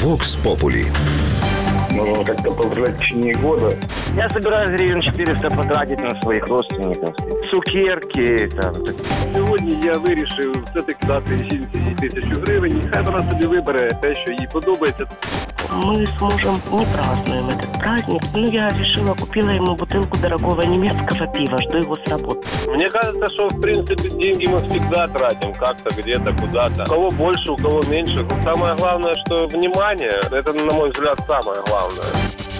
Vox Populi. Нужно как-то поздравлять в течение года. Я собираюсь гривен 400 потратить на своих родственников. Цукерки там. Сьогодні я вирішив все-таки дати жінці 1000 гривень. І хай вона собі вибере те, що їй подобається. Мы с мужем не празднуем этот праздник. Но я решила, купила ему бутылку дорогого немецкого пива. Жду его с работы. Мне кажется, что, в принципе, деньги мы всегда тратим как-то, где-то, куда-то. У кого больше, у кого меньше. Но самое главное, что внимание, это, на мой взгляд, самое главное.